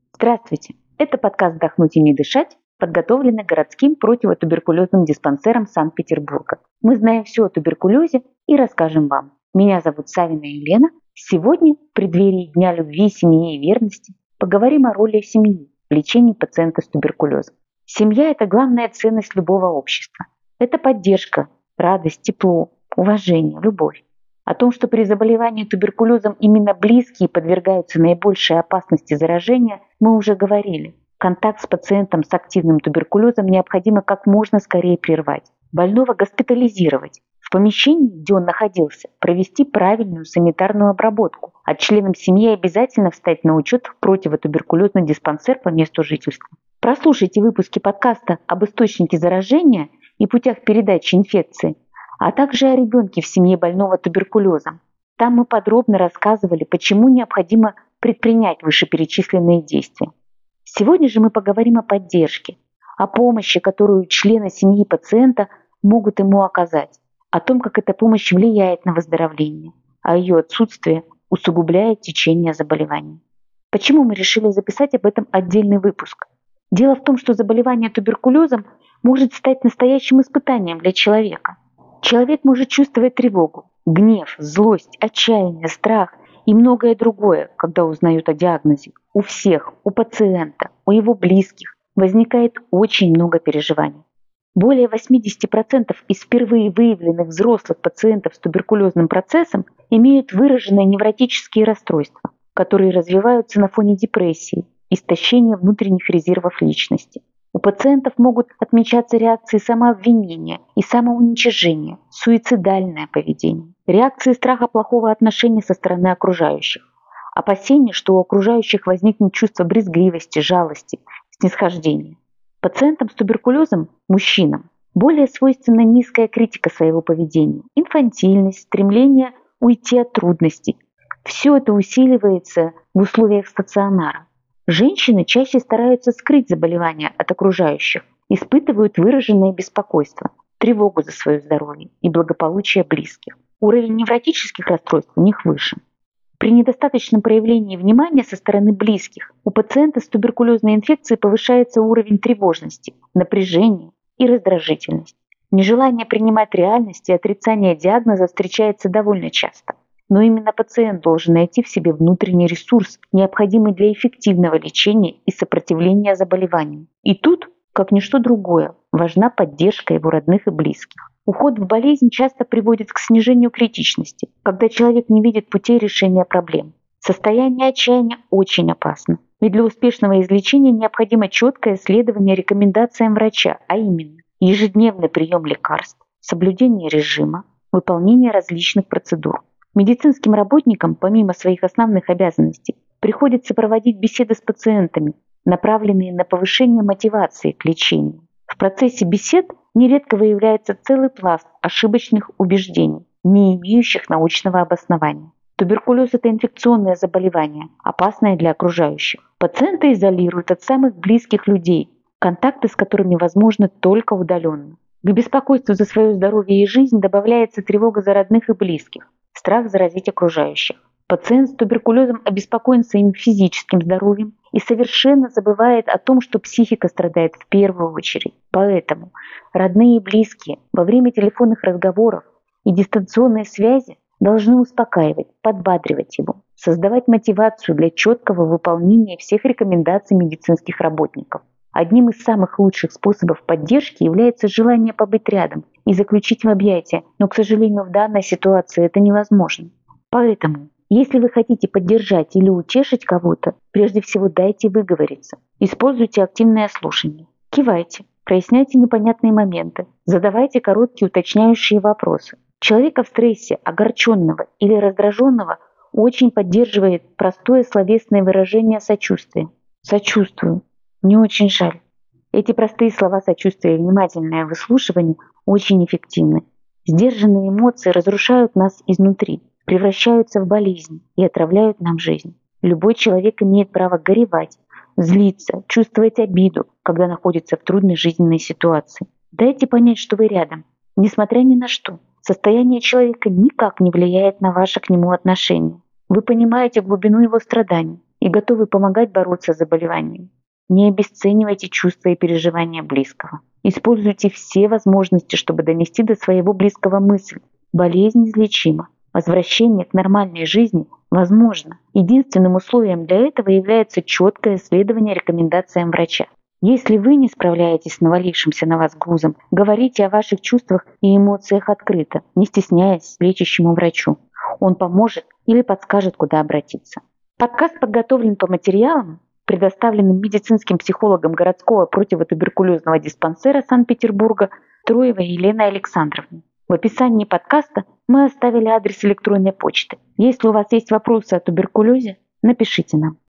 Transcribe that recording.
Здравствуйте! Это подкаст «Вдохнуть и не дышать», подготовленный городским противотуберкулезным диспансером Санкт-Петербурга. Мы знаем все о туберкулезе и расскажем вам. Меня зовут Савина Елена. Сегодня, в преддверии Дня любви, семьи и верности, поговорим о роли семьи в лечении пациента с туберкулезом. Семья – это главная ценность любого общества. Это поддержка, радость, тепло, уважение, любовь. О том, что при заболевании туберкулезом именно близкие подвергаются наибольшей опасности заражения, мы уже говорили. Контакт с пациентом с активным туберкулезом необходимо как можно скорее прервать. Больного госпитализировать. В помещении, где он находился, провести правильную санитарную обработку. А членам семьи обязательно встать на учет в противотуберкулезный диспансер по месту жительства. Прослушайте выпуски подкаста об источнике заражения и путях передачи инфекции, а также о ребенке в семье больного туберкулезом. Там мы подробно рассказывали, почему необходимо предпринять вышеперечисленные действия. Сегодня же мы поговорим о поддержке, о помощи, которую члены семьи пациента могут ему оказать, о том, как эта помощь влияет на выздоровление, а ее отсутствие усугубляет течение заболевания. Почему мы решили записать об этом отдельный выпуск? Дело в том, что заболевание туберкулезом может стать настоящим испытанием для человека. Человек может чувствовать тревогу, гнев, злость, отчаяние, страх и многое другое, когда узнают о диагнозе. У всех, у пациента, у его близких возникает очень много переживаний. Более 80% из впервые выявленных взрослых пациентов с туберкулезным процессом имеют выраженные невротические расстройства, которые развиваются на фоне депрессии, истощения внутренних резервов личности. У пациентов могут отмечаться реакции самообвинения и самоуничижения, суицидальное поведение, реакции страха плохого отношения со стороны окружающих, опасения, что у окружающих возникнет чувство брезгливости, жалости, снисхождения. Пациентам с туберкулезом, мужчинам, более свойственна низкая критика своего поведения, инфантильность, стремление уйти от трудностей. Все это усиливается в условиях стационара. Женщины чаще стараются скрыть заболевания от окружающих, испытывают выраженное беспокойство, тревогу за свое здоровье и благополучие близких. Уровень невротических расстройств у них выше. При недостаточном проявлении внимания со стороны близких у пациента с туберкулезной инфекцией повышается уровень тревожности, напряжения и раздражительности. Нежелание принимать реальность и отрицание диагноза встречается довольно часто. Но именно пациент должен найти в себе внутренний ресурс, необходимый для эффективного лечения и сопротивления заболеванию. И тут, как ничто другое, важна поддержка его родных и близких. Уход в болезнь часто приводит к снижению критичности, когда человек не видит путей решения проблем. Состояние отчаяния очень опасно, ведь для успешного излечения необходимо четкое следование рекомендациям врача, а именно ежедневный прием лекарств, соблюдение режима, выполнение различных процедур. Медицинским работникам, помимо своих основных обязанностей, приходится проводить беседы с пациентами, направленные на повышение мотивации к лечению. В процессе бесед нередко выявляется целый пласт ошибочных убеждений, не имеющих научного обоснования. Туберкулез – это инфекционное заболевание, опасное для окружающих. Пациента изолируют от самых близких людей, контакты с которыми возможны только удаленно. К беспокойству за свое здоровье и жизнь добавляется тревога за родных и близких, страх заразить окружающих. Пациент с туберкулезом обеспокоен своим физическим здоровьем и совершенно забывает о том, что психика страдает в первую очередь. Поэтому родные и близкие во время телефонных разговоров и дистанционной связи должны успокаивать, подбадривать его, создавать мотивацию для четкого выполнения всех рекомендаций медицинских работников. Одним из самых лучших способов поддержки является желание побыть рядом и заключить в объятия, но, к сожалению, в данной ситуации это невозможно. Поэтому, если вы хотите поддержать или утешить кого-то, прежде всего дайте выговориться. Используйте активное слушание. Кивайте, проясняйте непонятные моменты, задавайте короткие уточняющие вопросы. Человека в стрессе, огорченного или раздраженного очень поддерживает простое словесное выражение сочувствия. Сочувствую. Мне очень жаль. Эти простые слова сочувствия и внимательное выслушивание очень эффективны. Сдержанные эмоции разрушают нас изнутри, превращаются в болезнь и отравляют нам жизнь. Любой человек имеет право горевать, злиться, чувствовать обиду, когда находится в трудной жизненной ситуации. Дайте понять, что вы рядом, несмотря ни на что. Состояние человека никак не влияет на ваше к нему отношение. Вы понимаете глубину его страданий, и готовы помогать бороться с заболеванием. Не обесценивайте чувства и переживания близкого. Используйте все возможности, чтобы донести до своего близкого мысль. Болезнь излечима. Возвращение к нормальной жизни возможно. Единственным условием для этого является четкое следование рекомендациям врача. Если вы не справляетесь с навалившимся на вас грузом, говорите о ваших чувствах и эмоциях открыто, не стесняясь лечащему врачу. Он поможет или подскажет, куда обратиться. Подкаст подготовлен по материалам, предоставленным медицинским психологом городского противотуберкулезного диспансера Санкт-Петербурга Троевой Еленой Александровной. В описании подкаста мы оставили адрес электронной почты. Если у вас есть вопросы о туберкулезе, напишите нам.